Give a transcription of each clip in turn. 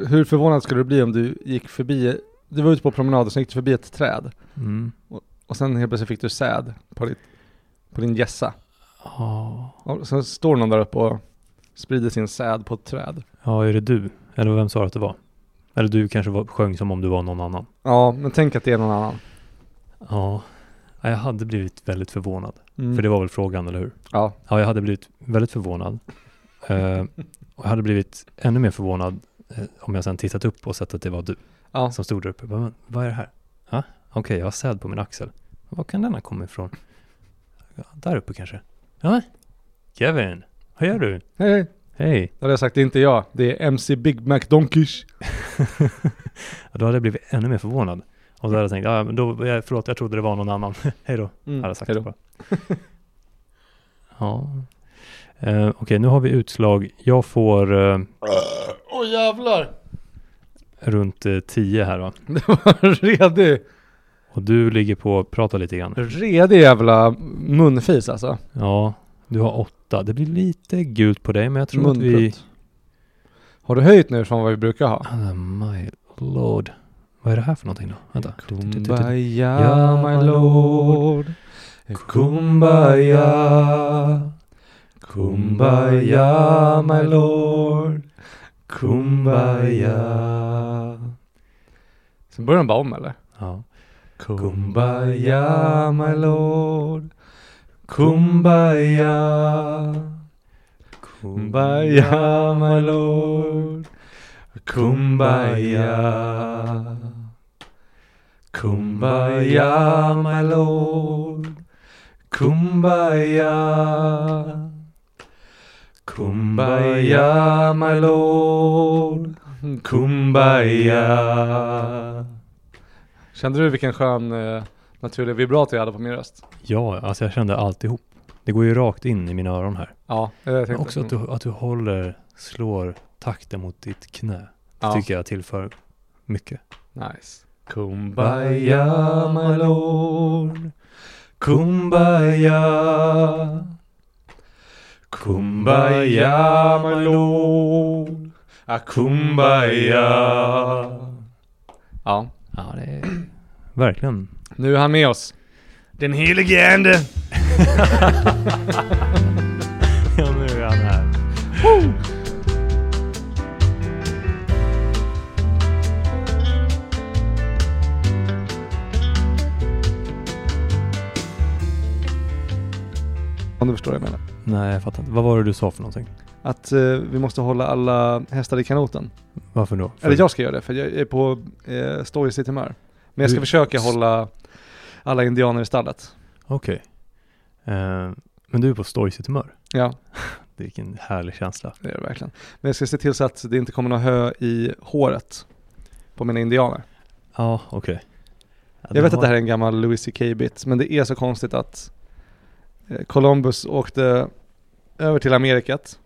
hur förvånad skulle du bli om du gick förbi, du var ute på promenad och sen gick du förbi ett träd. Och sen helt plötsligt fick du säd på din gässa. Och sen står någon där uppe och sprider sin säd på ett träd. Ja, är det du? Eller vem sa att det var? Eller du kanske sjöng som om du var någon annan. Ja, men tänk att det är någon annan. Ja, jag hade blivit väldigt förvånad. För det var väl frågan, eller hur? Ja, jag hade blivit väldigt förvånad. Och jag hade blivit ännu mer förvånad om jag sen tittat upp och sett att det var du som stod där uppe. Vad är det här? Okej, jag har säd på min axel. Var kan denna komma ifrån? Ja, där uppe kanske. Ja, Kevin, vad gör du? Hej. Då hade jag sagt, det är inte jag. Det är MC Big Mac Donkish. Då hade jag blivit ännu mer förvånad. Och så hade jag tänkt, men förlåt, jag trodde det var någon annan. Hej då. Hade jag sagt det bara. Ja. Okej, nu har vi utslag. Jag får... jävlar! Runt 10 här, va? Det var redig. Och du ligger på, prata lite grann. Redig jävla munfis alltså. Ja, du har 8. Det blir lite gult på dig, men jag tror att vi... Har du höjt nu från vad vi brukar ha? My lord. Vad är det här för någonting då? Vänta. Kumbaya, my lord. Kumbaya. Kumbaya, my lord. Kumbaya. Sen börjar den bara om, eller? Ja. Kumbaya, my lord. Kumbaya. Kumbaya, my lord. Kumbaya. Kumbaya, my lord. Kumbaya. Kumbaya, my lord. Kumbaya. Kände du vilken skön naturlig vibrato jag hade på min röst? Ja, alltså jag kände alltihop. Det går ju rakt in i mina öron här. Ja, jag tänkte också att du slår takten mot ditt knä. Det tycker jag tillför mycket. Nice. Kumbaya, my lord. Kumbaya. Kumbaya, my lord. Kumbaya. Ja, det är verkligen. Nu är han med oss. Den helige ande. Ja, nu är han här. Om du förstår vad jag menar. Nej, jag fattar inte. Vad var det du sa för någonting? Att vi måste hålla alla hästar i kanoten. Varför då? Eller jag ska göra det, för jag är på story humör. Men jag ska försöka hålla alla indianer i stallet. Okej. Men du är på story humör? Ja. Det är vilken härlig känsla. Det är det verkligen. Men jag ska se till så att det inte kommer någon hö i håret på mina indianer. Ja, okej. Ja, jag vet att det här är en gammal Louis CK-bit, men det är så konstigt att Columbus åkte över till Amerikat.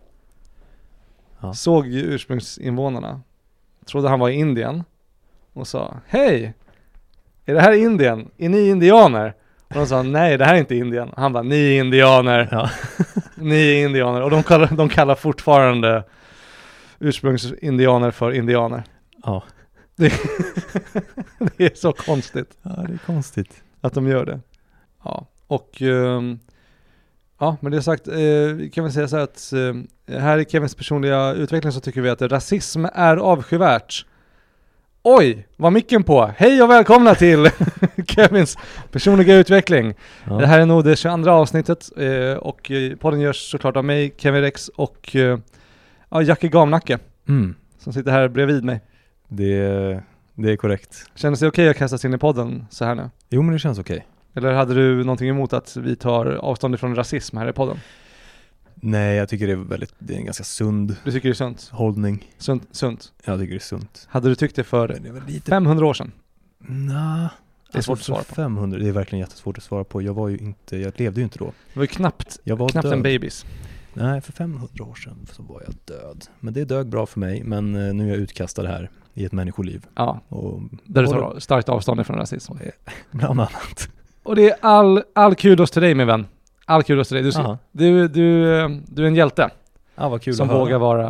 Såg ju ursprungsinvånarna. Trodde han var i Indien. Och sa, hej! Är det här Indien? Är ni indianer? Och de sa, nej det här är inte Indien. Han bara, ni är indianer. Ja. Ni är indianer. Och de kallar fortfarande ursprungsindianer för indianer. Ja. Det är så konstigt. Ja, det är konstigt. Att de gör det. Ja. Och men det sagt kan vi säga så att här i Kevins personliga utveckling så tycker vi att rasism är avskyvärt. Oj, vad micken på. Hej och välkomna till Kevins personliga utveckling. Ja. Det här är nog det 22 avsnittet och podden görs såklart av mig, Kevin Rex och Jackie Gamnacke som sitter här bredvid mig. Det är korrekt. Känns det okej att kastas in i podden så här nu? Jo, men det känns okej. Eller hade du någonting emot att vi tar avstånd ifrån rasism här i podden? Nej, jag tycker det är en ganska sund. Du tycker det är sunt? Hållning. Sunt? Jag tycker det är sunt. Hade du tyckt det för 500 år sedan? Nej. Det är svårt att svara på. 500, det är verkligen jättesvårt att svara på. Jag levde ju inte då. Det var ju knappt en babys. Nej, för 500 år sedan så var jag död. Men det dög bra för mig. Men nu är jag utkastad här i ett människoliv. Ja, och där du tar starkt avstånd ifrån rasism. Bland annat. Och det är all kudos till dig, min vän. All kudos till dig. Du är en hjälte. Ja, vad kul som vågar vara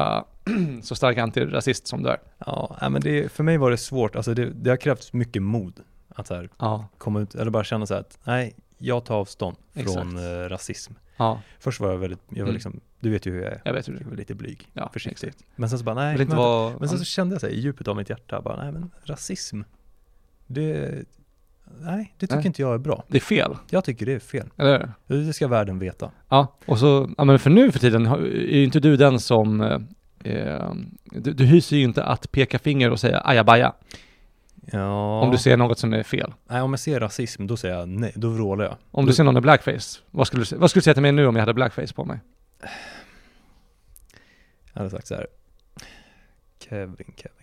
så stark antirasist som du är. Ja, men för mig var det svårt. Alltså det har krävts mycket mod att så här, komma ut, eller bara känna så här att nej, jag tar avstånd från rasism. Ja. Först var jag var liksom, du vet ju hur jag är. Jag vet hur du är. Jag var lite blyg, ja, försiktigt. Exakt. Men sen så bara, nej. Men sen så kände jag så här, i djupet av mitt hjärta, bara, nej men rasism, det tycker inte jag är bra. Det är fel. Jag tycker det är fel. Eller? Det ska världen veta. Ja, och så, men för nu för tiden är ju inte du den som, du hyser ju inte att peka finger och säga ajabaja. Ja. Om du ser något som är fel. Nej, om jag ser rasism, då säger jag nej, då vrålar jag. Om du ser någon i blackface, vad skulle du säga till mig nu om jag hade blackface på mig? Jag hade sagt så här: Kevin.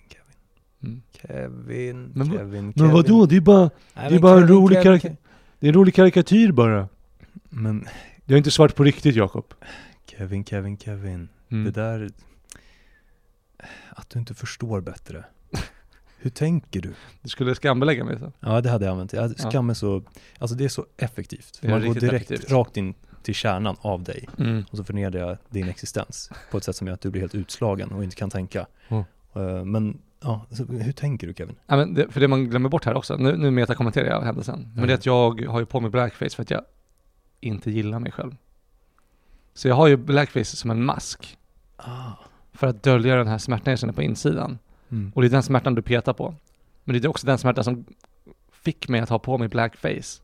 Men vadå? Det är bara en rolig karikatyr. Det är en rolig karikatyr bara. Men det är inte svart på riktigt, Jakob. Kevin. Det där, att du inte förstår bättre. Hur tänker du? Du skulle skambelägga mig så. Ja, det hade jag använt. Skam är så, alltså det är så effektivt. Man går direkt rakt in till kärnan av dig. Och så förnedrar jag din existens på ett sätt som gör att du blir helt utslagen och inte kan tänka. Men ja, alltså, hur tänker du, Kevin? Ja, men för det man glömmer bort här också, nu metakommenterar jag händelsen, men det är att jag har ju på mig blackface för att jag inte gillar mig själv. Så jag har ju blackface som en mask för att dölja den här smärtan jag känner på insidan. Och det är den smärtan du petar på. Men det är också den smärtan som fick mig att ha på mig blackface.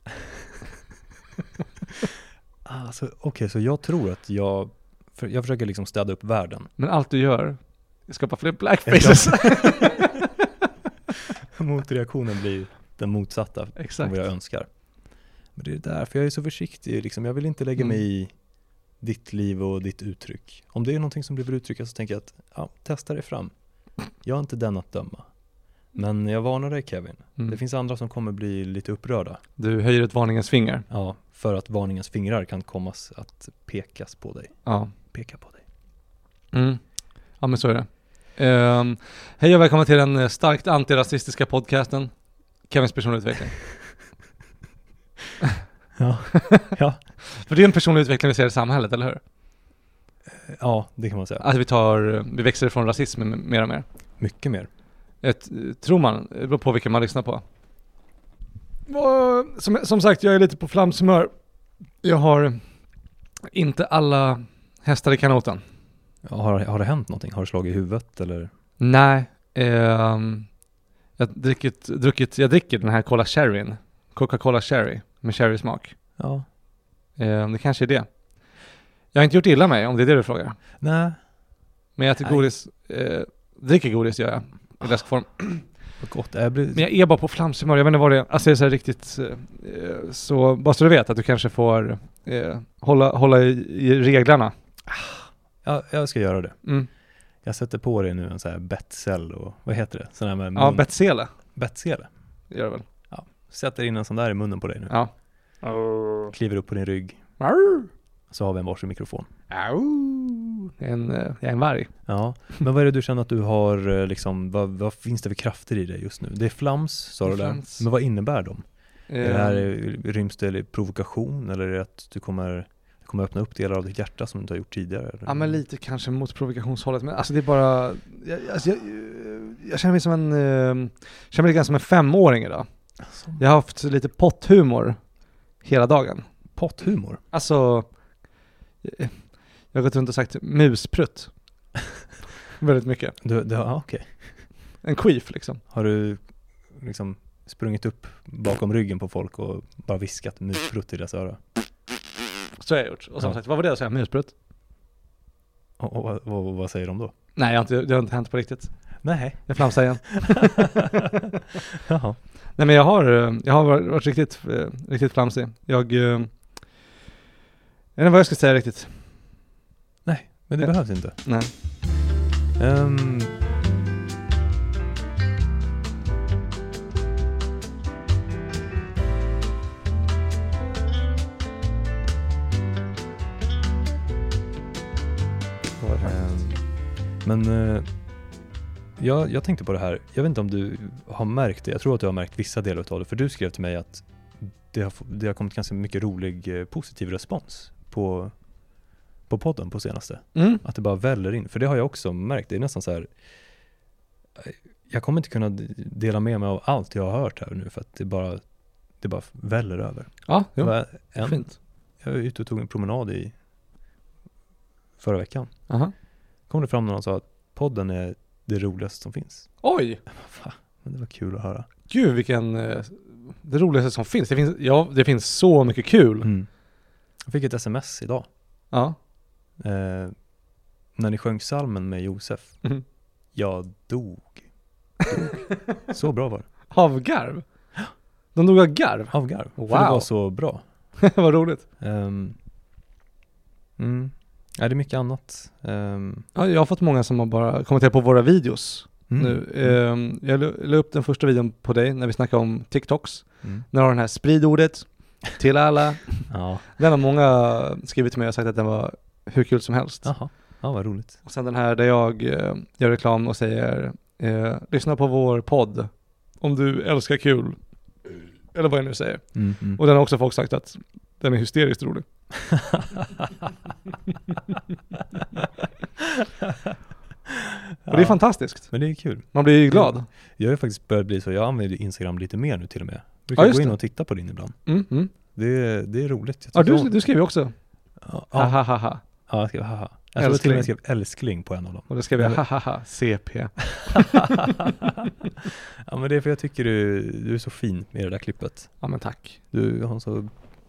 Okej, så jag tror att jag försöker liksom städa upp världen. Men allt du gör är skapa fler blackfaces. Motreaktionen blir den motsatta. Exakt. Av vad jag önskar. Men det är därför jag är så försiktig. Liksom. Jag vill inte lägga mig i ditt liv och ditt uttryck. Om det är någonting som behöver uttryckas så tänker jag att testa det fram. Jag är inte den att döma. Men jag varnar dig, Kevin. Det finns andra som kommer bli lite upprörda. Du höjer ett varningens finger. Ja, för att varningens fingrar kan komma att pekas på dig. Ja. Peka på dig. Ja, men så är det. Hej och välkommen till den starkt antirasistiska podcasten Kevins personlig utveckling. Ja. För det är en personlig utveckling vi ser i samhället, eller hur? Ja, det kan man säga. Alltså vi växer ifrån rasism mer och mer. Mycket mer. Tror man, det beror på vilken man lyssnar på. Som sagt, jag är lite på flamshumör. Jag har inte alla hästar i kanoten. Har det hänt någonting? Har du slagit i huvudet eller? Nej. Jag dricker den här Coca-Cola Cherry med cherry-smak. Ja. Det kanske är det. Jag har inte gjort illa mig, om det är det du frågar. Nej. Men jag äter godis. Dricker godis gör jag. I läskform. Vad gott. Men jag är bara på flamshumör. Jag vet inte vad det är. Alltså det är så här riktigt. Så bara så du vet att du kanske får hålla i reglerna. Ja, jag ska göra det. Jag sätter på dig nu en sån här Betzel och vad heter det? Sån här med ja, Betsele. Betsele. Det gör det väl. Ja. Sätter in en sån där i munnen på dig nu. Ja. Kliver upp på din rygg. Så har vi en varsin mikrofon. Jag är en varg. Ja, men vad är det du känner att du har liksom, vad finns det för krafter i dig just nu? Det är flams, sa du där. Men vad innebär de? Är det här ryms det i provokation eller är det att du kommer öppna upp delar av ditt hjärta som du inte har gjort tidigare? Eller? Ja, men lite kanske mot provokationshållet. Men alltså det är bara... Jag känner mig som känner mig som en 5-åring idag. Jag har haft lite potthumor hela dagen. Potthumor? Alltså... Jag har gått runt och sagt musprutt. Väldigt mycket. Okej. En queef liksom. Har du liksom sprungit upp bakom ryggen på folk och bara viskat musprutt i deras öra? Så har jag gjort. Och som sagt, vad var det att säga? Musprutt? Och vad säger de då? Nej, det har inte hänt på riktigt. Nej. Jag flamsar igen. Jaha. Nej, men jag har varit riktigt flamsig. Jag vet inte vad jag ska säga riktigt. Nej, men det behövs inte. Nej. Men jag tänkte på det här. Jag vet inte om du har märkt det. Jag tror att du har märkt vissa delar av det. För du skrev till mig att det har kommit ganska mycket rolig positiv respons på på podden på senaste. Att det bara väller in. För det har jag också märkt. Det är nästan så här, jag kommer inte kunna dela med mig av allt jag har hört här nu för att det bara väller över. Ja, fint. Jag var ute och tog en promenad i förra veckan. Kom det fram när någon sa att podden är det roligaste som finns. Oj! Men det var kul att höra. Gud, vilken det roligaste som finns. Det finns så mycket kul. Jag fick ett sms idag. Ja. När ni sjöng psalmen med Josef. Jag dog. Så bra var det. Av garv? De dog av garv? Av garv. Wow. För det var så bra. Vad roligt. Ja, det är mycket annat. Ja, jag har fått många som har bara kommenterat på våra videos nu. Jag la upp den första videon på dig när vi snackade om TikToks. När du har den här spridordet till alla. Ja. Den har många skrivit till mig och sagt att den var hur kul som helst. Jaha. Ja, vad roligt. Och sen den här där jag gör reklam och säger lyssna på vår podd om du älskar kul. Eller vad jag nu säger. Och den har också folk sagt att den är hysteriskt rolig. Och det är fantastiskt. Men det är kul. Man blir ju glad. Jag har faktiskt börjat bli så. Jag använder Instagram lite mer nu till och med. Du kan gå in och titta på din ibland. Det är roligt. Ja, du skrev ju också. Ja, jag skrev haha. Jag tror till och med skrev älskling på en av dem. Och då skrev jag hahaha, CP. Ja, men det är för jag tycker du är så fin med det där klippet. Ja, men tack. Du har en så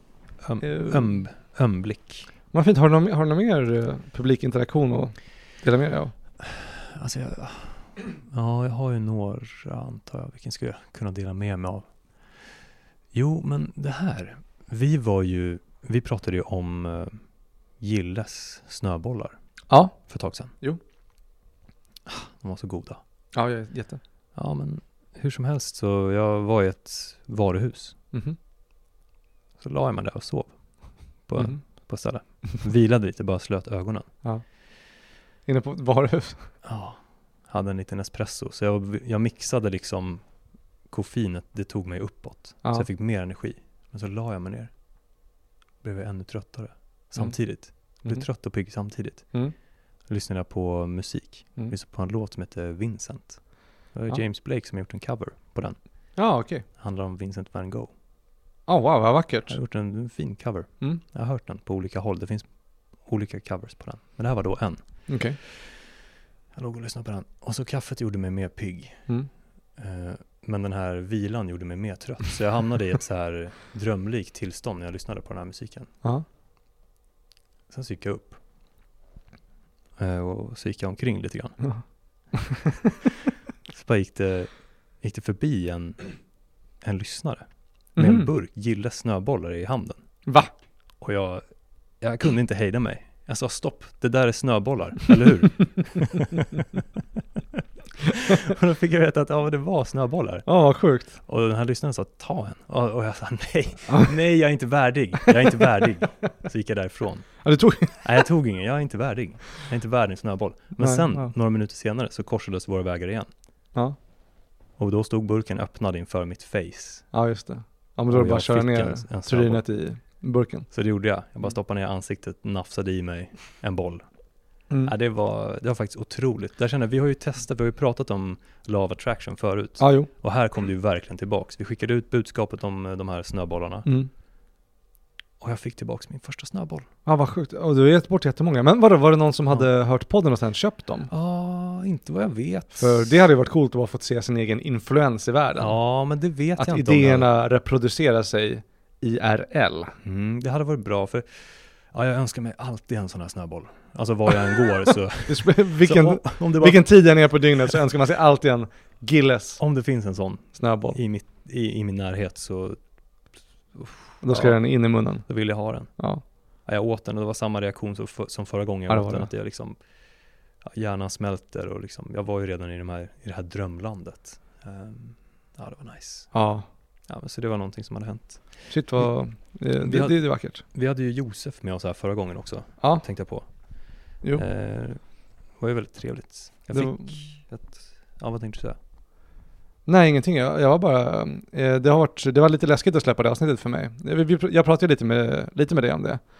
ömblick. Vad fint. Har du någon mer publikinteraktion att dela med dig av? Alltså jag har ju några, antar jag. Vilken skulle jag kunna dela med mig av? Jo, men det här. Vi pratade ju om Gilles snöbollar. Ja. För ett tag sedan. Jo. De var så goda. Ja, jätte. Ja, men hur som helst så jag var i ett varuhus. Så la jag mig där och sov på stället. Vilade lite, bara slöt ögonen. Ja. Inne på varuhus? Ja. Hade en liten espresso. Så jag mixade liksom koffeinet, det tog mig uppåt. Så jag fick mer energi. Men så la jag mig ner. Blev jag ännu tröttare. Samtidigt. Blev trött och pigg samtidigt. Lyssnade jag på musik. Lyssnade på en låt som heter Vincent. Det var James Blake som har gjort en cover på den. Ja, okej. Handlar om Vincent van Gogh. Wow, vad vackert. Jag har gjort en fin cover. Jag har hört den på olika håll. Det finns olika covers på den. Men det här var då en. Okej. Jag låg och lyssnade på den. Och så kaffet gjorde mig mer pigg. Men den här vilan gjorde mig mer trött. Så jag hamnade i ett så här drömlikt tillstånd när jag lyssnade på den här musiken. Sen så gick jag upp. Och så gick jag omkring lite grann. Så bara gick det förbi en lyssnare. Med en burk Gilles snöbollar i handen. Va? Och jag kunde inte hejda mig. Jag sa stopp, det där är snöbollar, eller hur? Och då fick jag veta att det var snöbollar. Ja, vad sjukt. Och den här lyssnaren sa ta en. Och jag sa nej, jag är inte värdig. Så gick jag därifrån. Ja, du tog? Nej, jag tog ingen, jag är inte värdig. Jag är inte värdig en snöboll. Men sen, några minuter senare, så korsades våra vägar igen. Ja. Och då stod burken öppnad inför mitt face. Ja, just det. Ja, men då var det bara att köra ner trynet i burken. Så det gjorde jag. Jag bara stoppade ner ansiktet, nafsade i mig en boll. Ja, det var faktiskt otroligt. Där kände jag, vi har ju pratat om Law of Attraction förut. Ja, jo. Och här kom det ju verkligen tillbaks. Vi skickade ut budskapet om de här snöbollarna. Och jag fick tillbaks min första snöboll. Ja, vad sjukt. Och du har gett bort jättemånga. Men var det någon som hade hört podden och sen köpt dem? Ja, inte vad jag vet. För det hade ju varit coolt att bara fått se sin egen influens i världen. Ja, men det vet jag inte. Att idéerna reproducerar sig IRL. Det hade varit bra för jag önskar mig alltid en sån här snöboll. Alltså var jag än går så... vilken tid jag är på dygnet så önskar man sig alltid en Gilles. Om det finns en sån snöboll i min närhet så... Då ska den in i munnen. Då vill jag ha den. Ja. Jag åt den och det var samma reaktion som förra gången jag åt den. Att jag liksom... hjärnan smälter och liksom... Jag var ju redan i det här drömlandet. Det var nice. Ja. Ja, men så det var någonting som hade hänt. Shit, det är vackert. Vi hade ju Josef med oss här förra gången också. Ja. Tänkte jag på. Jo. Det var ju väldigt trevligt. Vad tänkte du säga? Nej, ingenting. Jag var bara... Det var lite läskigt att släppa det avsnittet för mig. Jag pratade lite med dig om det.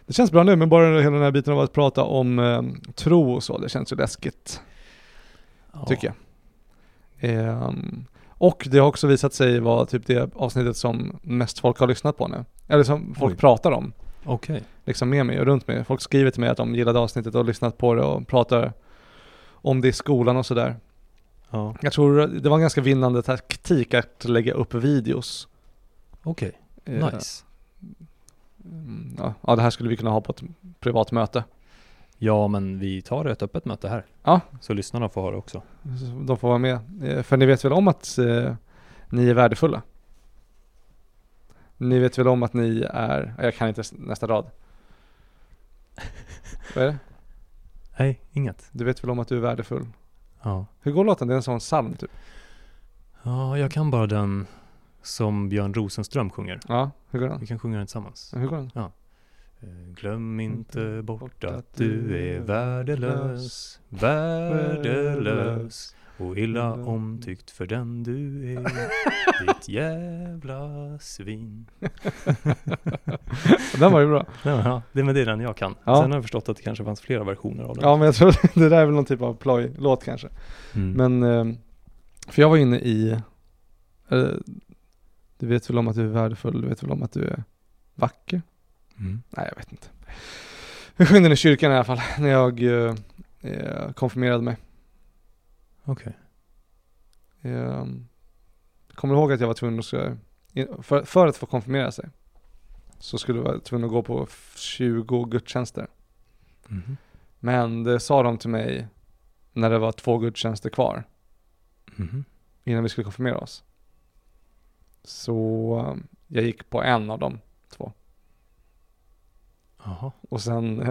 Det känns bra nu, men bara hela den här biten av att prata om tro och så, det känns ju läskigt. Ja. Tycker jag. Och det har också visat sig vara typ det avsnittet som mest folk har lyssnat på nu. Eller som folk pratar om. Okej. Liksom med mig och runt mig. Folk skriver till mig att de gillade avsnittet och har lyssnat på det och pratar om det i skolan och sådär. Ja. Jag tror det var en ganska vinnande taktik att lägga upp videos. Okej, nice. Ja, det här skulle vi kunna ha på ett privat möte. Ja, men vi tar ett öppet möte här. Ja. Så lyssnarna får höra också. De får vara med. För ni vet väl om att ni är värdefulla? Ni vet väl om att ni är... Jag kan inte nästa rad. Vad är det? Nej, inget. Du vet väl om att du är värdefull? Ja. Hur går låten? Det är en sån psalm typ. Ja, jag kan bara den som Björn Rosenström sjunger. Ja, hur går den? Vi kan sjunga den tillsammans. Hur går den? Ja. Glöm inte bort att du är värdelös, värdelös och illa omtyckt för den du är, ditt jävla svin. Den var ju bra. Ja, det är den jag kan. Ja. Sen har jag förstått att det kanske fanns flera versioner av den. Ja, men jag tror det där är väl någon typ av ploj-låt kanske. Men, för jag var inne i du vet väl om att du är värdefull, du vet väl om att du är vacker. Nej, jag vet inte. Vi sjöng den i kyrkan i alla fall när jag konfirmerade mig. Okej. Kommer du ihåg att jag var tvungen att för att få konfirmera sig så skulle jag vara tvungen att gå på 20 gudstjänster. Men det sa de till mig när det var 2 gudstjänster kvar innan vi skulle konfirmera oss. Så jag gick på en av dem 2. Aha. Och sen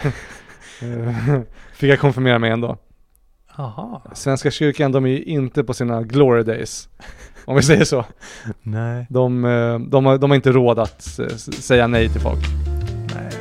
fick jag konfirmera mig ändå. Aha. Svenska kyrkan, de är ju inte på sina glory days, om vi säger så. Nej. De har inte råd att säga nej till folk. Nej.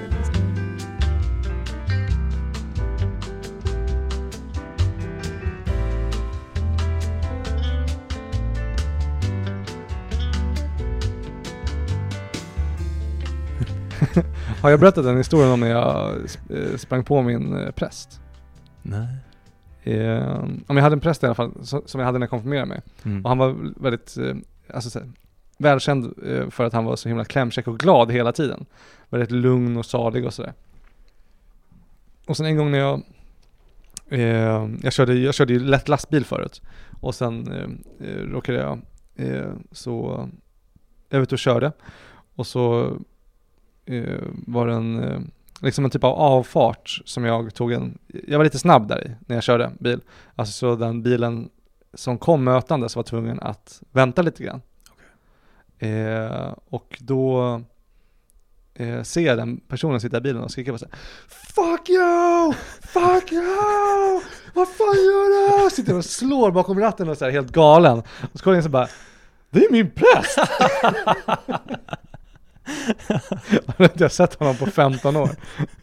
Har jag berättat den historien om när jag sprang på min präst? Nej. Om jag hade en präst i alla fall som jag hade när jag konfirmerade mig. Och han var väldigt välkänd för att han var så himla klämkäck och glad hela tiden. Väldigt lugn och salig och sådär. Och sen en gång när jag körde ju lätt lastbil förut. Och sen råkade jag så jag ute och körde. Och så var det liksom en typ av avfart som jag tog jag var lite snabb där i när jag körde bil. Alltså så den bilen som kom mötande så var tvungen att vänta lite grann. Okay. Och då ser jag den personen sitta i bilen och skrika på sig: Fuck you! Fuck you! Vad fan gör du? Sitter och slår bakom ratten och så här helt galen. Och så kollar jag så bara: det är min präst! Jag har sett honom på 15 år.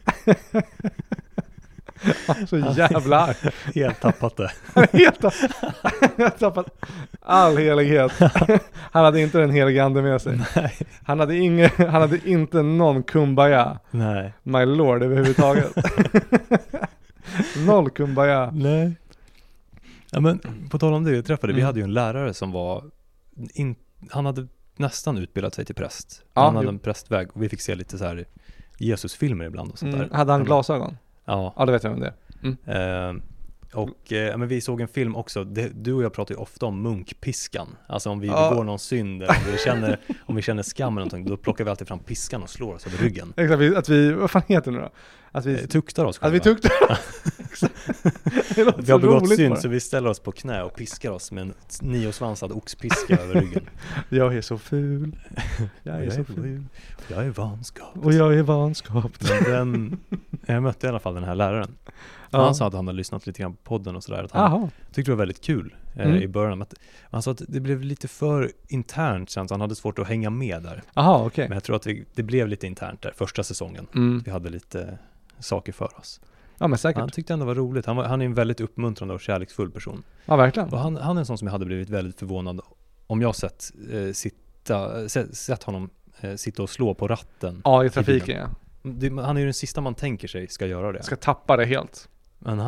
Så jävla helt tappat det. Helt tappat all helighet. Han hade inte den heliga ande med sig. Nej. Han hade inte någon kumbaya. Nej. My lord överhuvudtaget. Noll kumbaya. Nej. Ja, men på tal om det, jag träffade, vi hade ju en lärare som var han hade nästan utbildat sig till präst. Han hade en prästväg och vi fick se lite så här Jesusfilmer ibland och sånt där. Hade han glasögon? Ja. Ja, det vet jag om det. Men vi såg en film också. Du och jag pratar ju ofta om munkpiskan. Alltså om vi begår någon synd eller om vi känner skam eller någonting, då plockar vi alltid fram piskan och slår oss över ryggen. Exakt, att vi vad fan heter det då? Att vi tuktar oss själva. Att vi tuktar. Vi har begått synd så vi ställer oss på knä och piskar oss med en 9-svansad oxpiska över ryggen. Jag är så ful. Jag är så ful. Jag är vanskapt. Och jag är vanskapt. Jag mötte i alla fall den här läraren. Han sa att han hade lyssnat lite grann på podden och sådär. Att han tyckte det var väldigt kul i början. Han sa att det blev lite för internt sen, så han hade svårt att hänga med där. Aha, okay. Men jag tror att det blev lite internt där första säsongen. Vi hade lite saker för oss. Ja, men säkert. Han tyckte ändå det var roligt. Han är en väldigt uppmuntrande och kärleksfull person. Ja, verkligen. Och han är en sån som jag hade blivit väldigt förvånad om jag sett honom sitta och slå på ratten. Ja, i trafiken, ja. han är ju den sista man tänker sig ska göra det. Ska tappa det helt. Men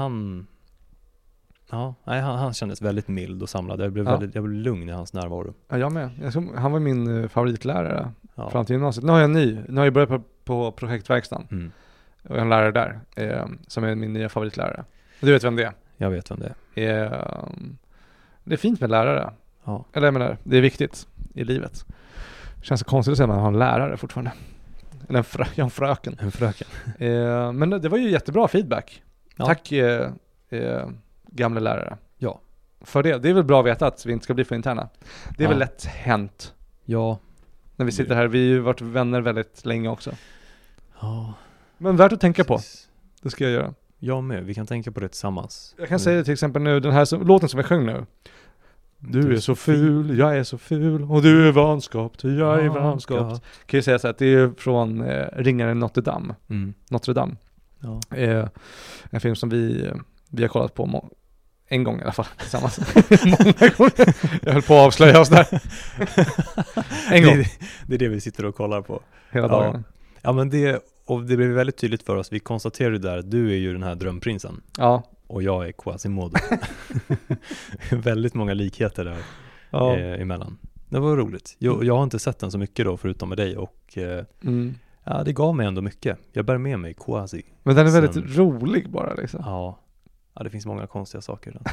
han kändes väldigt mild och samlad. Jag blev lugn i hans närvaro. Ja, jag med. Han var min favoritlärare fram till gymnasiet. Nu har jag Nu har jag börjat på projektverkstan. Och jag har en lärare där som är min nya favoritlärare. Du vet vem det är? Jag vet vem det är. Det är fint med lärare. Ja. Eller jag menar, det är viktigt i livet. Det känns så konstigt att säga att man har en lärare fortfarande. Eller en fröken. En fröken. Men det var ju jättebra feedback. Ja. Tack gamla lärare. Ja. För det. Det är väl bra att veta att vi inte ska bli för interna. Det är väl lätt hänt. Ja. När vi sitter här. Vi har ju varit vänner väldigt länge också. Ja. Men värt att tänka på. Det ska jag göra. Jag med. Vi kan tänka på det tillsammans. Jag kan säga till exempel nu, den här låten som jag sjöng nu. Du är så ful, jag är så ful. Och du är vanskap, jag är vanskap. Kan ju säga så att det är från Ringaren Notre Dame. Notre Dame. Ja. En film som vi har kollat på en gång i alla fall tillsammans. Många gånger. Jag höll på att avslöja oss där. En gång. Det är det vi sitter och kollar på. Hela dagen. Ja, men det blev väldigt tydligt för oss. Vi konstaterade där att du är ju den här drömprinsen. Ja. Och jag är Quasimodo. Väldigt många likheter där emellan. Det var roligt. Jag har inte sett den så mycket då förutom med dig. Och det gav mig ändå mycket. Jag bär med mig Quasi. Men den är väldigt rolig bara liksom. Ja, det finns många konstiga saker där.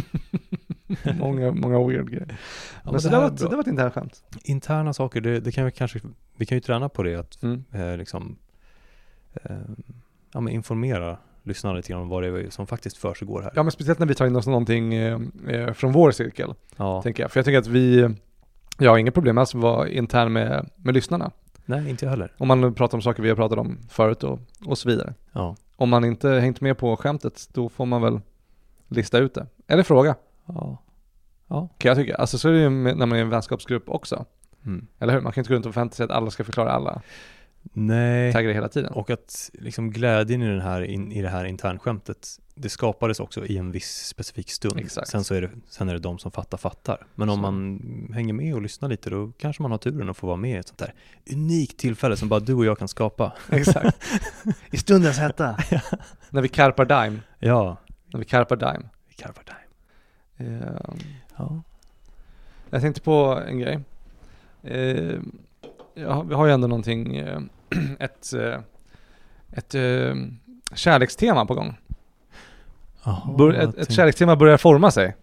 många weird grejer. Ja, men så det var ett internt skämt. Interna saker, det kan vi kan ju träna på det. Att informera lyssnare lite grann om vad det är som faktiskt försiggår här. Ja, men speciellt när vi tar in oss någonting från vår cirkel. Tänker jag. För jag tänker att jag har inget problem med att vara intern med lyssnarna. Nej, inte jag heller. Om man pratar om saker vi har pratat om förut och så vidare. Ja. Om man inte hängt med på skämtet, då får man väl lista ut det. Eller fråga. Ja. Kan jag tycka. Alltså så är det ju när man är en vänskapsgrupp också. Eller hur? Man kan inte gå runt och förvänta sig att alla ska förklara alla. Nej. Taggar det hela tiden. Och att liksom glädjen i det här internskämtet, det skapades också i en viss specifik stund. Exakt. Sen är det de som fattar. Men om man hänger med och lyssnar lite, då kanske man har turen att få vara med i ett sånt där unikt tillfälle som bara du och jag kan skapa. Exakt. I stundens hetta. När vi karpar dime. Ja. När vi karpar dime. Ja. Jag tänkte på en grej. Vi har ju ändå någonting, ett kärlekstema på gång. Ett kärlekstema börjar forma sig.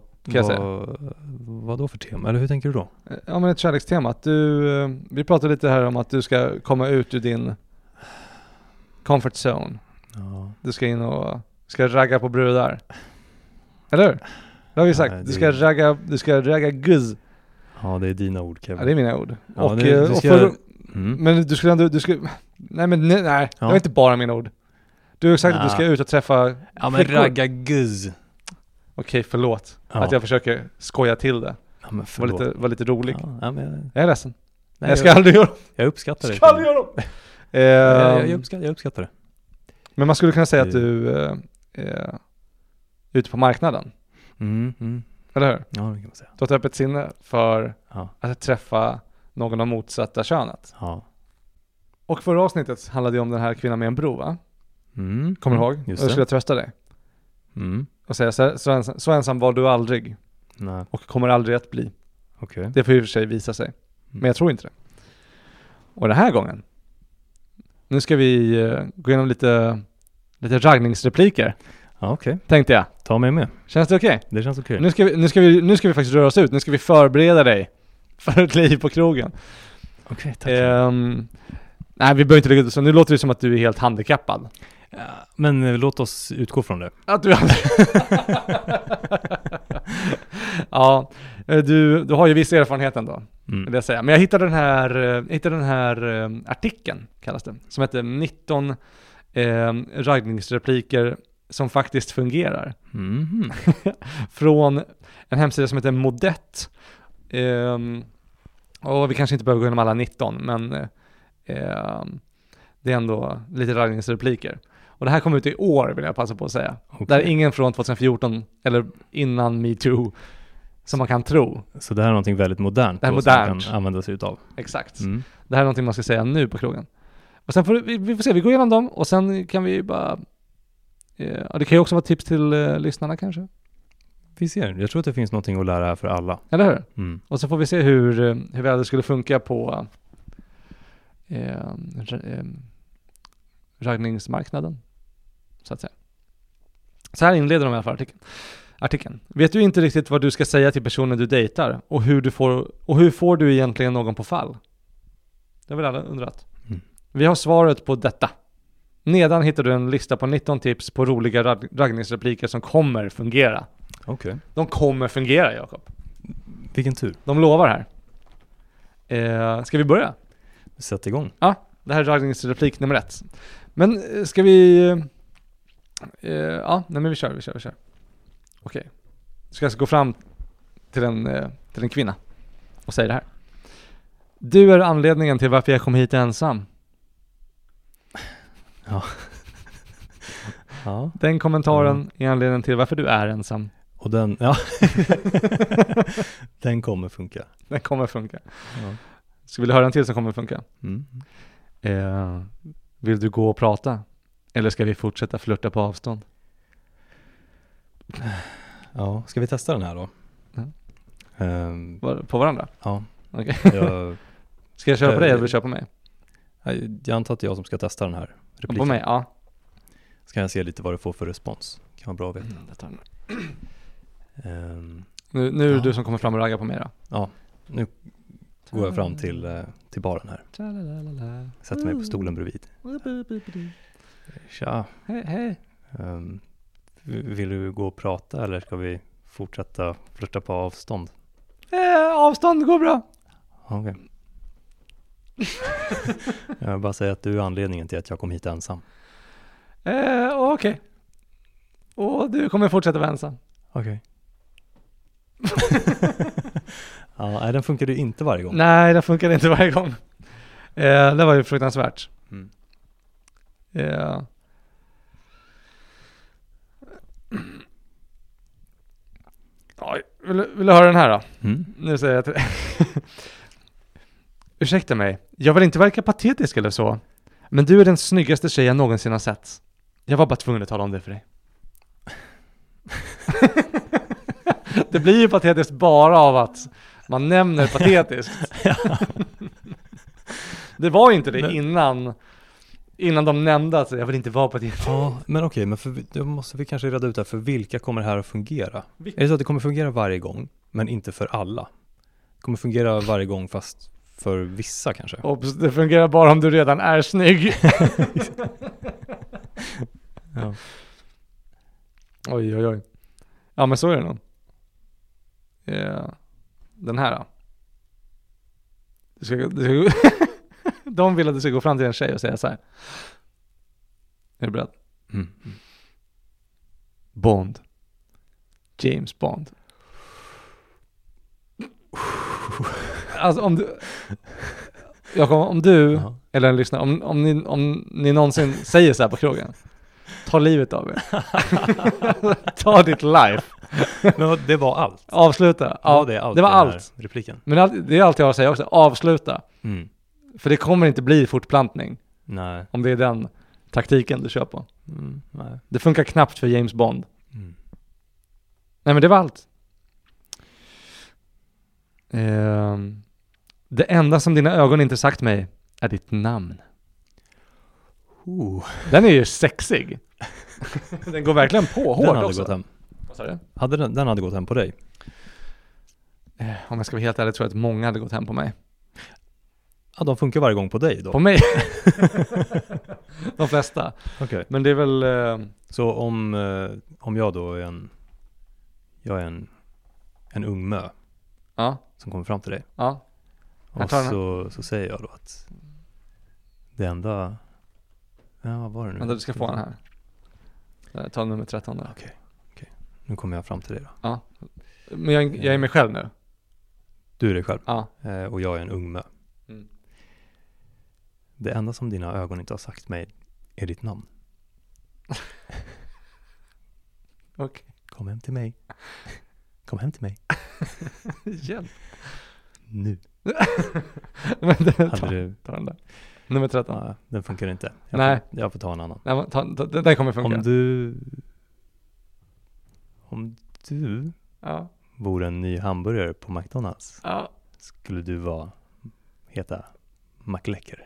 Vad då för tema? Eller hur tänker du då? Ja, men ett kärlekstema. Att vi pratade lite här om att du ska komma ut ur din comfort zone. Ja. Du ska in och ska ragga på brudar. Eller hur? Det har vi sagt. Nej, du ska ragga guzz. Ja, det är dina ord, Kevin. Ja, det är mina ord. Ja, men du skulle nej, det var inte bara mina ord. Du har sagt att du ska ut och träffa flickor. Ragga guzz. Okej, förlåt. Att jag försöker skoja till det. Ja, men förlåt. Var lite rolig. Jag är ledsen. Nej, jag ska aldrig göra det. Jag uppskattar det. Jag ska aldrig göra det. Jag uppskattar det. Men man skulle kunna säga att du är ute på marknaden. Eller hur? Ja, det kan man säga. Du har ett öppet sinne för att träffa någon av motsatta könet. Ja. Och förra avsnittet handlade om den här kvinnan med en bro, va? Kommer du ihåg? Just och jag skulle trösta dig. Och säga så ensam var du aldrig. Nej. Och kommer aldrig att bli. Okay. Det får i och för sig visa sig. Men jag tror inte det. Och den här gången, nu ska vi gå igenom lite raggningsrepliker. Ja, okej. Tänkte jag. Ta mig med. Känns det okej? Det känns okej. Nu ska vi faktiskt röra oss ut. Nu ska vi förbereda dig för ett liv på krogen. Okej, tack. Nej, vi behöver inte lägga ut så. Nu låter det som att du är helt handikappad. Ja, men låt oss utgå från det. Att du är Ja, du har ju viss erfarenhet ändå, vill jag säga. Men jag hittade den här artikeln, kallas det, som heter 19 raggningsrepliker som faktiskt fungerar. Från en hemsida som heter Modett. Och vi kanske inte behöver gå igenom alla 19, men det är ändå lite raggningsrepliker. Och det här kom ut i år, vill jag passa på att säga. Okay. Det är ingen från 2014 eller innan MeToo som man kan tro. Så det här är någonting väldigt modernt, det här modernt. Som man kan använda sig utav. Exakt. Det här är någonting man ska säga nu på krogen. Och sen får vi får se, vi går igenom dem och sen kan vi bara... det kan ju också vara tips till lyssnarna kanske. Vi ser. Jag tror att det finns någonting att lära här för alla. Eller hur? Mm. Och så får vi se hur vädret skulle funka på raggningsmarknaden. Så att säga. Så här inleder de i alla fall artikeln. Vet du inte riktigt vad du ska säga till personen du dejtar? Och hur får du egentligen någon på fall? Det har väl alla undrat. Mm. Vi har svaret på detta. Nedan hittar du en lista på 19 tips på roliga raggningsrepliker som kommer fungera. Okej. De kommer fungera, Jakob. Vilken tur. De lovar här. Ska vi börja? Sätt igång. Ja, det här är raggningsreplik nummer 1. Men ska vi... men vi kör. Okej. Du ska alltså gå fram till en kvinna och säga det här. Du är anledningen till varför jag kom hit ensam. Ja. Ja. Den kommentaren är anledningen till varför du är ensam. Och den, ja. Den kommer funka. Den kommer funka. Ja. Så vill du höra en till som kommer funka? Mm. Vill du gå och prata? Eller ska vi fortsätta flirta på avstånd? Ja, ska vi testa den här då? På varandra? Ja. Okay. Ska jag köra på dig eller vill du köra på mig? Jag antar att det är jag som ska testa den här repliken. På mig, ja. Ska jag se lite vad det får för respons. Kan vara bra att veta. Nu är det du som kommer fram och raggar på mig då. Ja, nu går jag fram till baren här. Sätter mig på stolen bredvid. Tja. Hej. Vill du gå och prata eller ska vi fortsätta flirta på avstånd? Avstånd går bra. Okej. Jag vill bara säga att du är anledningen till att jag kom hit ensam. Okej. Och du kommer fortsätta vara ensam. Okej. Ja, den funkar ju inte varje gång. Nej, den funkar inte varje gång. Det var ju fruktansvärt. Mm. Vill du höra den här då? Mm. Nu säger jag till Ursäkta mig, jag vill inte verka patetisk eller så, men du är den snyggaste tjej jag någonsin har sett. Jag var bara tvungen att tala om det för dig. Det blir ju patetiskt bara av att man nämner patetiskt. Det var inte det innan de nämnde att jag vill inte vara patetisk. Ja, men okej, men då måste vi kanske reda ut här, för vilka kommer det här att fungera? Är det så att det kommer fungera varje gång, men inte för alla? Det kommer fungera varje gång fast för vissa kanske? Det fungerar bara om du redan är snygg. Ja. Oj. Ja, men så är det nog. Den här då. De vill att du ska gå fram till en tjej och säga så här. Är du beredd? Mm. Bond. James Bond. Alltså om du eller en lyssnare, om ni någonsin säger så här på krogen, ta livet av er. Ta ditt life. Men det var allt. Avsluta. Ja, det var allt. Repliken. Men det är allt jag har att säga också. Avsluta. Mm. För det kommer inte bli fortplantning. Nej. Om det är den taktiken du kör på. Nej. Det funkar knappt för James Bond. Mm. Nej, men det var allt. Det enda som dina ögon inte sagt mig är ditt namn. Den är ju sexig. Den går verkligen på hårt hade också. Gått hem. Vad sa du? Den hade gått hem på dig. Om jag ska vara helt ärlig tror jag att många hade gått hem på mig. Ja, de funkar varje gång på dig då. På mig? De flesta. Okay. Men det är väl... Så om jag då är en ung mö som kommer fram till dig. Ja. Och så säger jag då att det enda... Ja, vad var det nu? Men du ska få den här. Ta nummer 13 där. Okej. Nu kommer jag fram till dig då. Ja. Men jag är mig själv nu. Du är dig själv. Ja. Och jag är en ung mö. Mm. Det enda som dina ögon inte har sagt mig är ditt namn. Okej. Kom hem till mig. Kom hem till mig. Hjälp. Nu. Men ta den där. Nummer 13. Ja, den funkar inte. Jag får ta en annan. Nej, den kommer funka. Om du vore en ny hamburgare på McDonalds, skulle du heta McLäcker.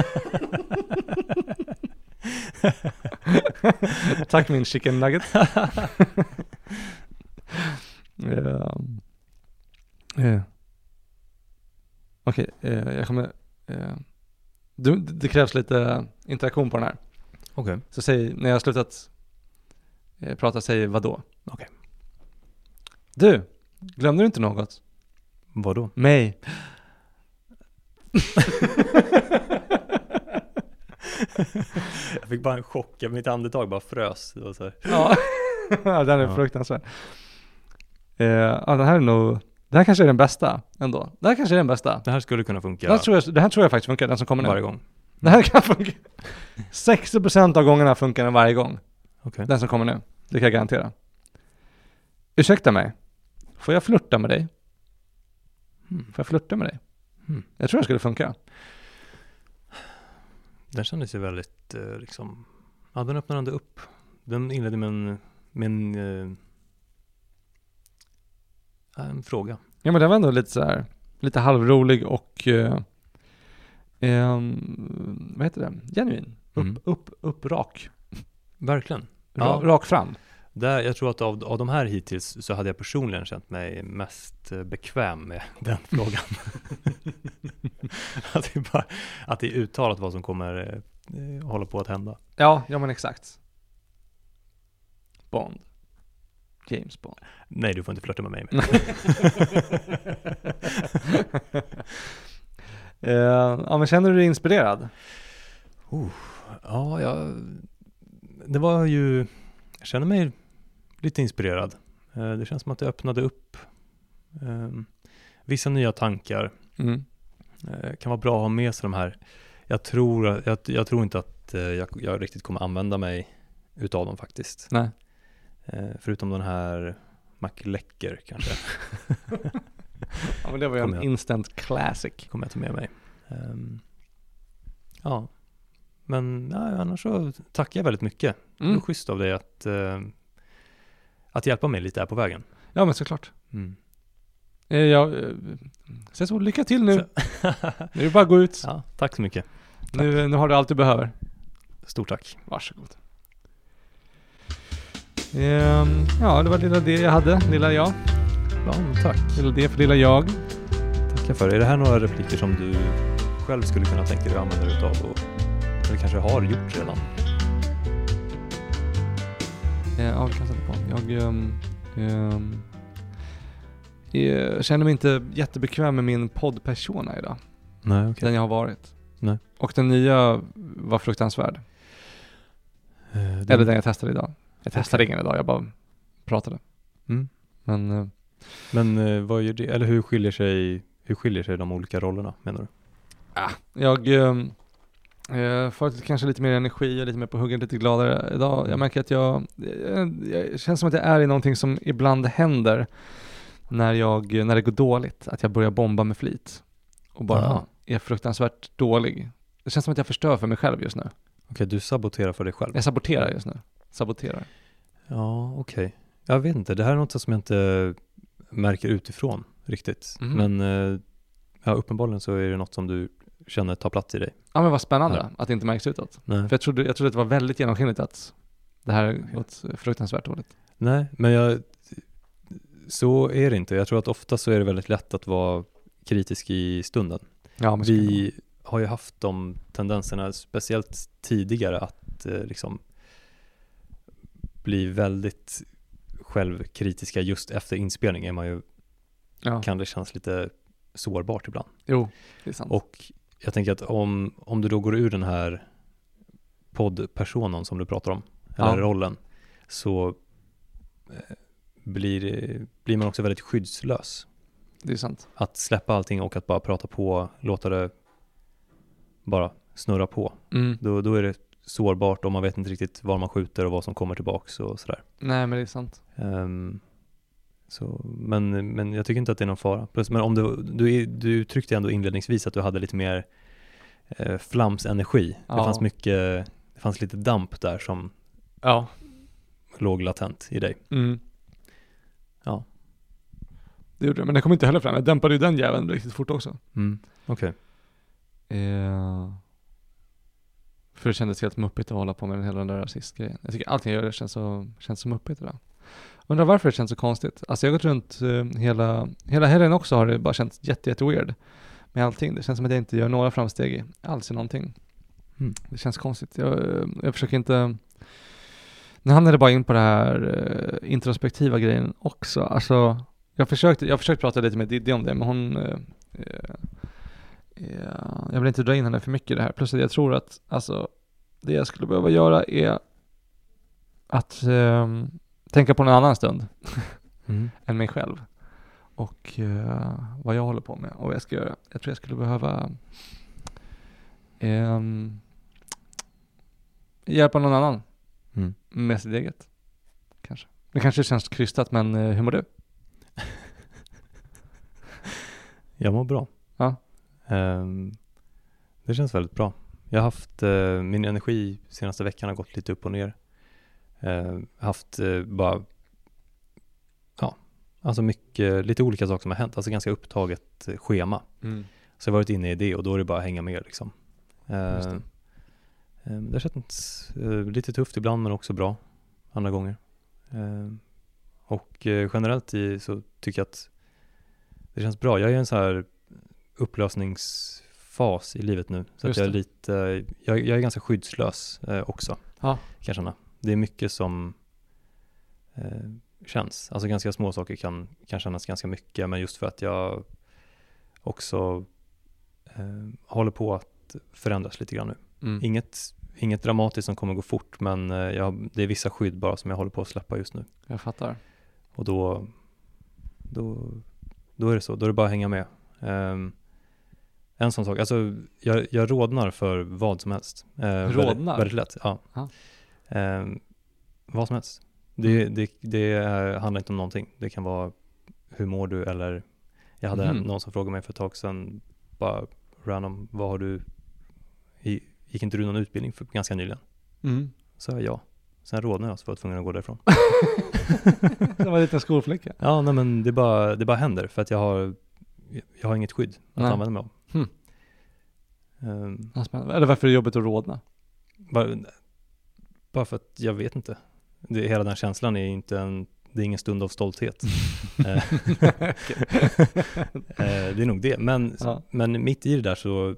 Tack min chicken nugget. Okej, jag kommer... det krävs lite interaktion på den här. Okej. Så säg, när jag har slutat prata, säg vadå? Okej. Du, glömde du inte något? Vadå? Mig. Jag fick bara en chock. Mitt andetag bara frös. Det var så här. Ja, den är fruktansvärd. Den här är nog... Det här kanske är den bästa ändå. Det här kanske är den bästa. Det här skulle kunna funka. Det här tror jag faktiskt funkar, den som kommer nu. Varje gång. Det här kan funka. 60% av gångerna funkar den varje gång. Okay. Den som kommer nu. Det kan jag garantera. Ursäkta mig. Får jag flirta med dig? Får jag flirta med dig? Jag tror den skulle funka. Den kändes ju väldigt liksom... Ja, den öppnade ändå upp. Den inledde med en fråga. Ja, men den var ändå lite så här, lite halvrolig och vad heter det? Genuin. Rak. Verkligen. Rak fram. Jag tror att av de här hittills så hade jag personligen känt mig mest bekväm med den frågan. att det är uttalat vad som kommer hålla på att hända. Ja men exakt. Bond. James Bond. Nej, du får inte flirta med mig. Men känner du dig inspirerad? Det var ju... Jag känner mig lite inspirerad. Det känns som att det öppnade upp vissa nya tankar. Kan vara bra att ha med sig de här. Jag tror inte att jag riktigt kommer använda mig utav dem faktiskt. Nej. Förutom den här McLäcker kanske. Ja, men det var ju en instant classic. Kommer jag ta med mig. Men annars så tackar jag väldigt mycket. Det var schysst av dig att hjälpa mig lite här på vägen. Ja, men såklart. Så lycka till nu. Nu är det bara att gå ut. Ja, tack så mycket. Nu har du allt du behöver. Stort tack. Varsågod. Det var lilla det jag hade, lilla jag. Ja, tack. Lilla det för lilla jag. Tackar för det. Är det här några repliker som du själv skulle kunna tänka dig att använda dig utav eller kanske har gjort redan? Ja, det kan jag sätta på. Jag känner mig inte jättebekväm med min poddpersona idag. Nej, okej. Den jag har varit. Nej. Och den nya var fruktansvärd. Eller den jag testade idag. Jag testade ingen idag, jag bara pratade. Men vad gör det? Eller hur skiljer sig de olika rollerna, menar du? Jag får kanske lite mer energi och lite mer på huggen, lite gladare idag. Jag märker att jag känns som att jag är i någonting som ibland händer när det går dåligt. Att jag börjar bomba med flit. Och bara är fruktansvärt dålig. Det känns som att jag förstör för mig själv just nu. Okej, du saboterar för dig själv. Jag saboterar just nu. Ja, okej. Jag vet inte, det här är något som jag inte märker utifrån riktigt. Men uppenbarligen så är det något som du känner tar plats i dig. Ja, men vad spännande att det inte märks utåt. Nej. För jag trodde att det var väldigt genomskinligt att det här är något fruktansvärt dåligt. Nej, men så är det inte. Jag tror att ofta så är det väldigt lätt att vara kritisk i stunden. Ja, men vi har ju haft de tendenserna, speciellt tidigare, att liksom bli väldigt självkritiska just efter inspelning. Är man ju, kan det kännas lite sårbart ibland. Jo, det är sant. Och jag tänker att om du då går ur den här poddpersonen som du pratar om, eller rollen, så blir man också väldigt skyddslös. Det är sant. Att släppa allting och att bara prata på, låta det bara snurra på. Då är det sårbart och man vet inte riktigt var man skjuter och vad som kommer tillbaks och sådär. Nej, men det är sant. Men jag tycker inte att det är någon fara. Men om du uttryckte ändå inledningsvis att du hade lite mer flamsenergi. Ja. Det fanns lite damp där som låg latent i dig. Ja. Det gjorde det, men det kom inte heller fram. Jag dämpade ju den jäveln riktigt fort också. Okej. För det kändes helt muppigt att hålla på med den hela den där rasistgrejen. Jag tycker allting jag gör känns så muppigt idag. Undrar varför det känns så konstigt. Alltså jag har gått runt hela helgen också, har det bara känts jätte weird med allting. Det känns som att jag inte gör några framsteg alls i någonting. Det känns konstigt. Jag försöker inte... Nu hamnade jag bara in på det här introspektiva grejen också. Alltså, jag försökte prata lite med Diddy om det, men hon... jag vill inte dra in henne för mycket i det här. Plus att jag tror att alltså, det jag skulle behöva göra är att tänka på någon annan stund än mig själv. Och vad jag håller på med och vad jag ska göra. Jag tror jag skulle behöva hjälpa någon annan med sitt eget. Kanske. Det kanske känns krystat, men hur mår du? Jag mår bra. Ja. Det känns väldigt bra. Jag har haft min energi senaste veckan har gått lite upp och ner. Haft bara alltså mycket, lite olika saker som har hänt. Alltså ganska upptaget schema. Så jag har varit inne i det och då är det bara att hänga med liksom. Det har känts lite tufft ibland, men också bra andra gånger. Och generellt så tycker jag att det känns bra. Jag är i en så här upplösningsfas i livet nu. Så att jag är lite, jag är ganska skyddslös också. Ja. Kan jag känna. Det är mycket som känns. Alltså ganska små saker kan kännas ganska mycket. Men just för att jag också håller på att förändras lite grann nu. Inget dramatiskt som kommer gå fort, men det är vissa skydd bara som jag håller på att släppa just nu. Jag fattar. Och då är det så. Då är det bara att hänga med. En sån sak. Alltså, jag rodnar för vad som helst. Rodnar? Väldigt lätt, ja. Vad som helst. Det handlar inte om någonting. Det kan vara hur mår du, eller jag hade någon som frågade mig för ett tag sedan, bara random, vad har du, gick inte du någon utbildning för ganska nyligen? Så ja. Sen rodnade jag, så var jag tvungen att gå därifrån. Det var en liten skolflicka. Ja, nej, men det bara händer för att jag har inget skydd att använda mig av. Eller varför är det jobbigt att rodna? Bara för att jag vet inte. Hela den känslan är det är ingen stund av stolthet. Det är nog det. Men mitt i det där så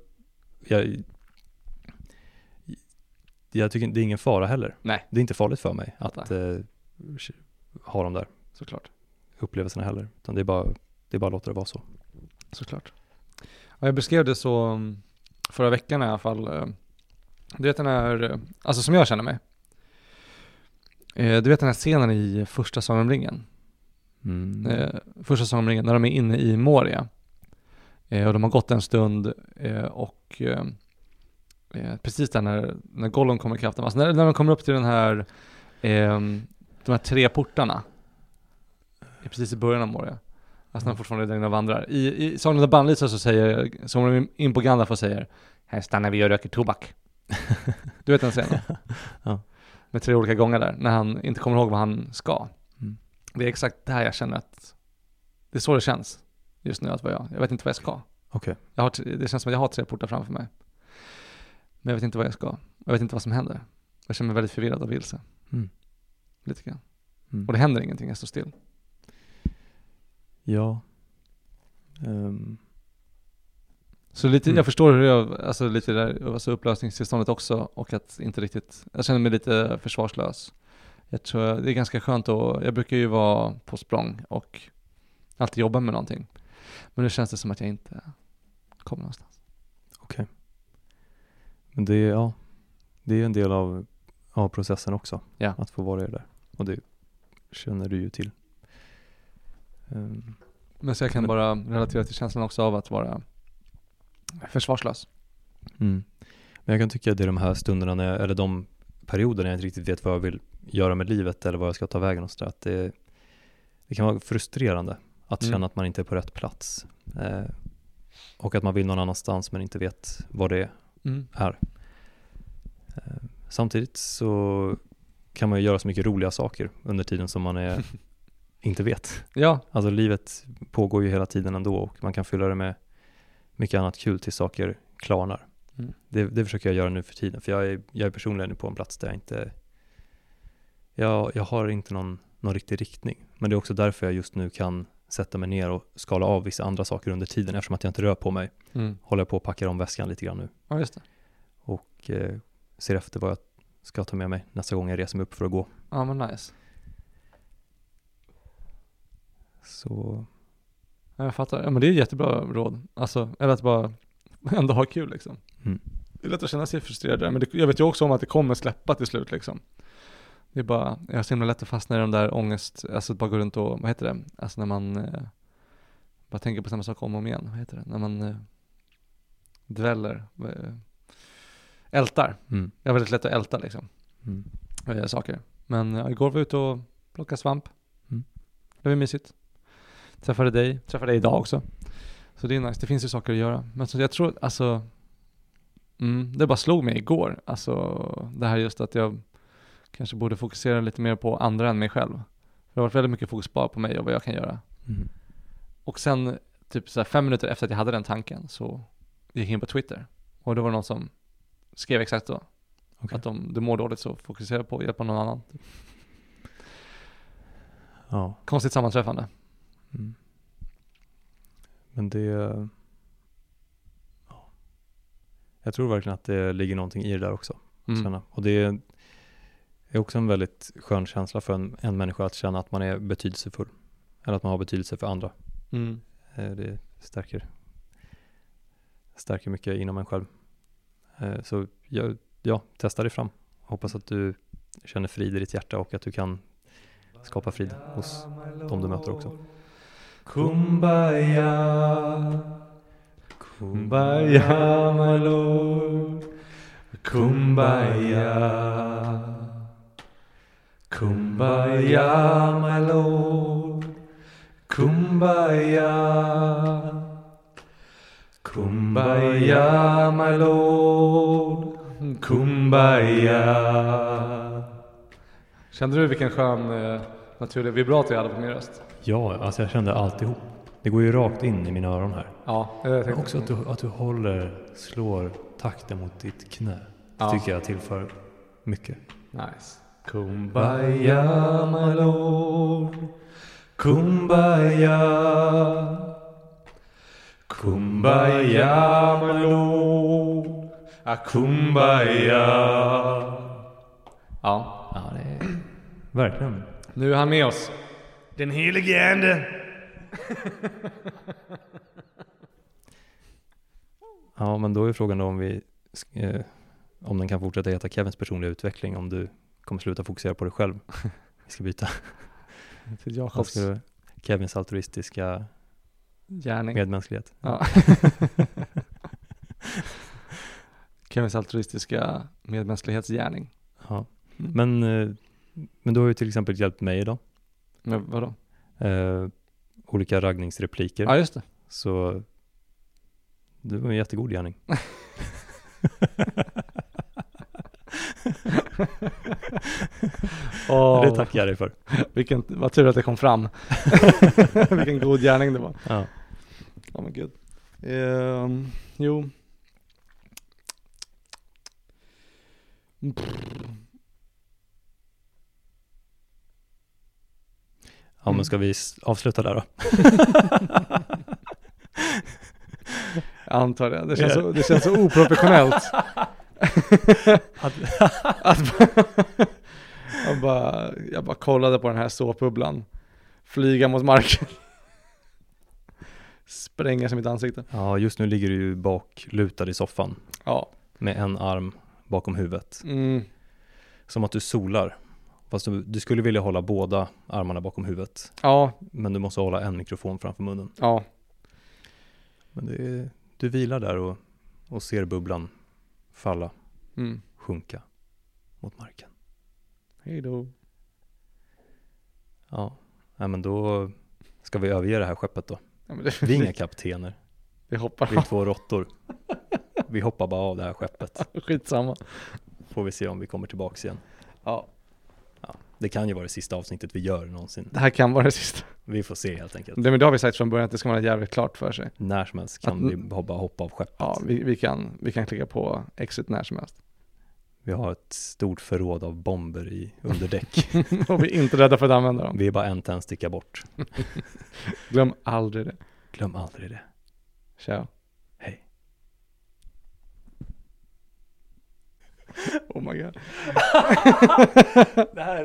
jag tycker det är ingen fara heller. Nej. Det är inte farligt för mig att ha dem där. Såklart. Upplevelserna heller. Utan det är bara att låta det vara så. Såklart. Ja, jag beskrev det så förra veckan i alla fall. Du vet den här, alltså som jag känner mig. Du vet den här scenen i första Sagan om ringen. Första Sagan om ringen, när de är inne i Moria. Och de har gått en stund och precis där när Gollum kommer i kraften. Alltså när de kommer upp till den här de här 3 portarna. Precis i början av Moria. Alltså när de fortfarande är där inne och vandrar. I Sagan om Bannlysa så kommer de in på Gandalf och säger: här stannar vi och röker tobak. Du vet den scenen? Ja. Med 3 olika gånger där, när han inte kommer ihåg vad han ska. Det är exakt det här jag känner att det är så det känns just nu, att jag vet inte vad jag ska. Okay. Det känns som att jag har 3 portar framför mig. Men jag vet inte vad jag ska. Jag vet inte vad som händer. Jag känner mig väldigt förvirrad och vilse. Lite grann. Och det händer ingenting, jag står still. Ja. Så lite, jag förstår hur alltså lite där, alltså upplösningstillståndet också, och att inte riktigt, jag känner mig lite försvarslös. Jag tror det är ganska skönt jag brukar ju vara på språng och alltid jobba med någonting. Men nu känns det som att jag inte kommer någonstans. Okej. Men det är en del av processen också. Ja. Att få vara där. Och det känner du ju till. Men så jag kan bara relatera till känslan också av att vara försvarslös. Men jag kan tycka att det är de här stunderna eller de perioderna jag inte riktigt vet vad jag vill göra med livet eller vad jag ska ta vägen och så där, att det kan vara frustrerande att känna att man inte är på rätt plats. Och att man vill någon annanstans men inte vet vad det är. är. Samtidigt så kan man ju göra så mycket roliga saker under tiden som man inte vet. Ja. Alltså livet pågår ju hela tiden ändå och man kan fylla det med mycket annat kul till saker klarnar. Det försöker jag göra nu för tiden, för jag är personligen nu på en plats där jag har inte någon riktig riktning. Men det är också därför jag just nu kan sätta mig ner och skala av vissa andra saker under tiden, eftersom att jag inte rör på mig. Håller jag på att packa om väskan lite grann nu. Ja, just det. Och ser efter vad jag ska ta med mig nästa gång jag reser mig upp för att gå. Ja, men nice. Så... Ja, jag fattar. Ja, men det är jättebra råd. Alltså, eller att bara ändå ha kul liksom. Det är lätt att känna sig frustrerad där, men jag vet ju också om att det kommer släppa till slut liksom. Det är bara, jag har så himla lätt att fastna i de där ångest, alltså bara gå runt och, vad heter det? Alltså när man bara tänker på samma sak om och igen, vad heter det? När man dväller, ältar. Jag har väldigt lätt att älta liksom. Saker. Men igår var jag ute och plockade svamp. Det var mysigt. Träffade dig idag också. Så det är nice, det finns ju saker att göra. Men så jag tror, alltså det bara slog mig igår. Alltså det här just att jag kanske borde fokusera lite mer på andra än mig själv. Det har varit väldigt mycket fokus bara på mig och vad jag kan göra. Och sen typ så här 5 minuter efter att jag hade den tanken så gick jag in på Twitter. Och det var någon som skrev exakt så. Okay. Att om du mår dåligt så fokusera på att hjälpa någon annan. Ja. Konstigt sammanträffande. Men det... Ja. Jag tror verkligen att det ligger någonting i det där också. Och det är också en väldigt skön känsla för en människa att känna att man är betydelsefull. Eller att man har betydelse för andra. Det stärker mycket inom en själv. Så jag testar dig fram. Hoppas att du känner frid i ditt hjärta och att du kan skapa frid hos dem du möter också. Kumbaya, Kumbaya my Lord, Kumbaya, Kumbaya my Lord, Kumbaya, Kumbaya my Lord, Kumbaya. Kände du vilken skön naturlig vibrato jag hade på min röst? Ja, alltså jag kände alltihop. Det går ju rakt in i mina öron här. Ja, jag tänkte också att du slår takten mot ditt knä. Det tycker jag tillför mycket. Nice. Kumbaya my Lord, Kumbaya, Kumbaya my Lord, Kumbaya. Ja, det är verkligen. Nu är han med oss. Den helige ande. Ja, men då är frågan då om den kan fortsätta heta Kevins personliga utveckling, om du kommer sluta fokusera på dig själv. Vi ska byta till Jakobs. Kevins altruistiska gärning. Medmänsklighet. Ja. Kevins altruistiska medmänsklighetsgärning. Ja. Men du har ju till exempel hjälpt mig idag. Men vadå? Olika raggningsrepliker. Ja, just det. Så det var en jättegod gärning. Det tackar jag dig för. Vad tur att det kom fram. Vilken god gärning det var. Ja. Oh my god. Jo. Ja, men ska vi avsluta där då? Jag antar det. Det känns så oprofessionellt. Jag bara kollade på den här såpbubblan flyga mot marken. Spränga som mitt ansikte. Ja, just nu ligger du ju baklutad i soffan. Ja. Med en arm bakom huvudet. Som att du solar. Fast du skulle vilja hålla båda armarna bakom huvudet. Ja. Men du måste hålla en mikrofon framför munnen. Ja. Men du vilar där och ser bubblan falla. Sjunka mot marken. Hej då. Ja, nej, men då ska vi överge det här skeppet då. Ja, vi är inga kaptener. Vi hoppar. Vi är 2 råttor. Vi hoppar bara av det här skeppet. Skitsamma. Får vi se om vi kommer tillbaka igen. Ja. Det kan ju vara det sista avsnittet vi gör någonsin. Det här kan vara det sista. Vi får se helt enkelt. Men det har vi sagt från början att det ska vara jävligt klart för sig. När som helst kan vi bara hoppa av skeppet. Ja, vi kan klicka på exit när som helst. Vi har ett stort förråd av bomber under däck. Och vi är inte rädda för att använda dem. Vi är bara en tändsticka bort. Glöm aldrig det. Glöm aldrig det. Ciao. Hej. Oh my god. Det här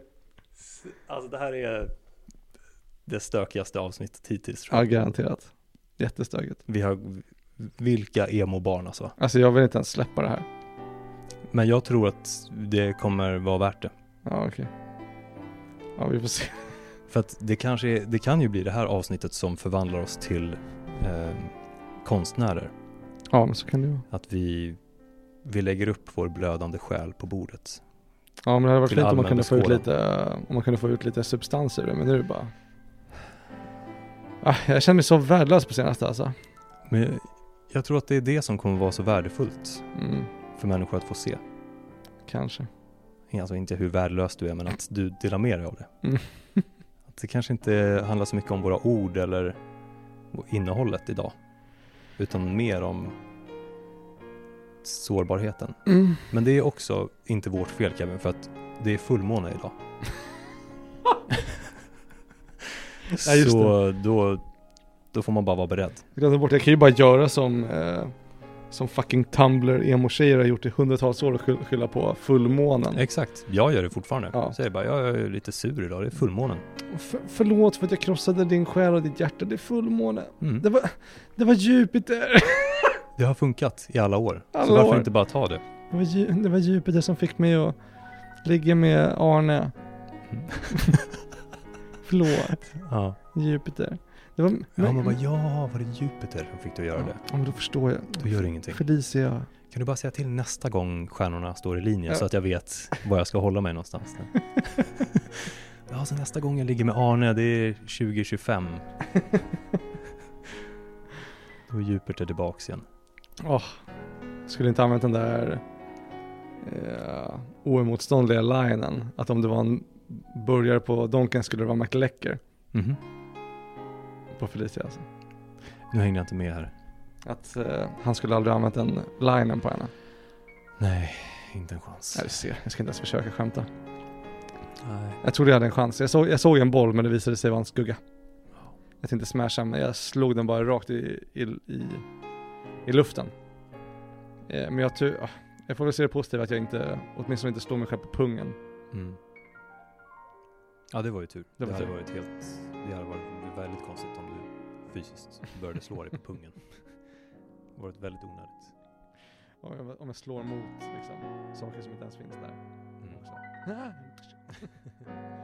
är det stökigaste avsnittet hittills, tror jag. Ja, garanterat. Jättestökigt. Vi har vilka emo-barn alltså. Alltså jag vill inte ens släppa det här. Men jag tror att det kommer vara värt det. Ja, okej. Ja, vi får se. För att det kan ju bli det här avsnittet som förvandlar oss till konstnärer. Ja, men så kan det vara. Att vi lägger upp vår blödande själ på bordet. Ja, men det hade varit fint om man kunde få ut lite substans ur det, men nu är det bara... jag känner mig så värdelös på senaste alltså. Men jag tror att det är det som kommer vara så värdefullt för människor att få se. Kanske. Alltså inte hur värdelös du är, men att du delar med dig av det. Att det kanske inte handlar så mycket om våra ord eller innehållet idag, utan mer om sårbarheten. Men det är också inte vårt fel, Kevin, för att det är fullmåne idag. Så då får man bara vara beredd. Jag kan ju bara göra som fucking Tumblr emo-tjejer har gjort i hundratals år och skylla på fullmånen. Exakt, jag gör det fortfarande. Ja. Så jag är lite sur idag, det är fullmånen. Förlåt för att jag krossade din själ och ditt hjärta, det är fullmåne. Det var Jupiter. Det har funkat i alla år. Så varför inte bara ta det? Det var Jupiter som fick mig att ligga med Arne. Förlåt. Ja. Jupiter. Var det Jupiter som fick dig att göra det? Ja, men då förstår jag. Då gör det ingenting. Felicia. Kan du bara säga till nästa gång stjärnorna står i linje så att jag vet var jag ska hålla mig någonstans? Ja, så nästa gång jag ligger med Arne, det är 2025. Då är Jupiter tillbaks igen. Skulle inte använt den där oemotståndliga linen att om det var en burgare på Donken skulle det vara McLecker. På Felicia alltså. Nu hängde jag inte med här. Att han skulle aldrig använt den linen på henne. Nej, inte en chans. Jag ska inte ens försöka skämta. Nej. Jag trodde jag hade en chans. Jag såg en boll, men det visade sig vara en skugga. Jag tänkte smasha, men jag slog den bara rakt i luften. Men jag får väl se det positiva att jag åtminstone inte slår mig själv på pungen. Ja, det var ju tur. Det hade varit väldigt konstigt om du fysiskt började slå dig på pungen. Det var väldigt onödigt. Om jag slår mot liksom, saker som inte ens finns där. Också.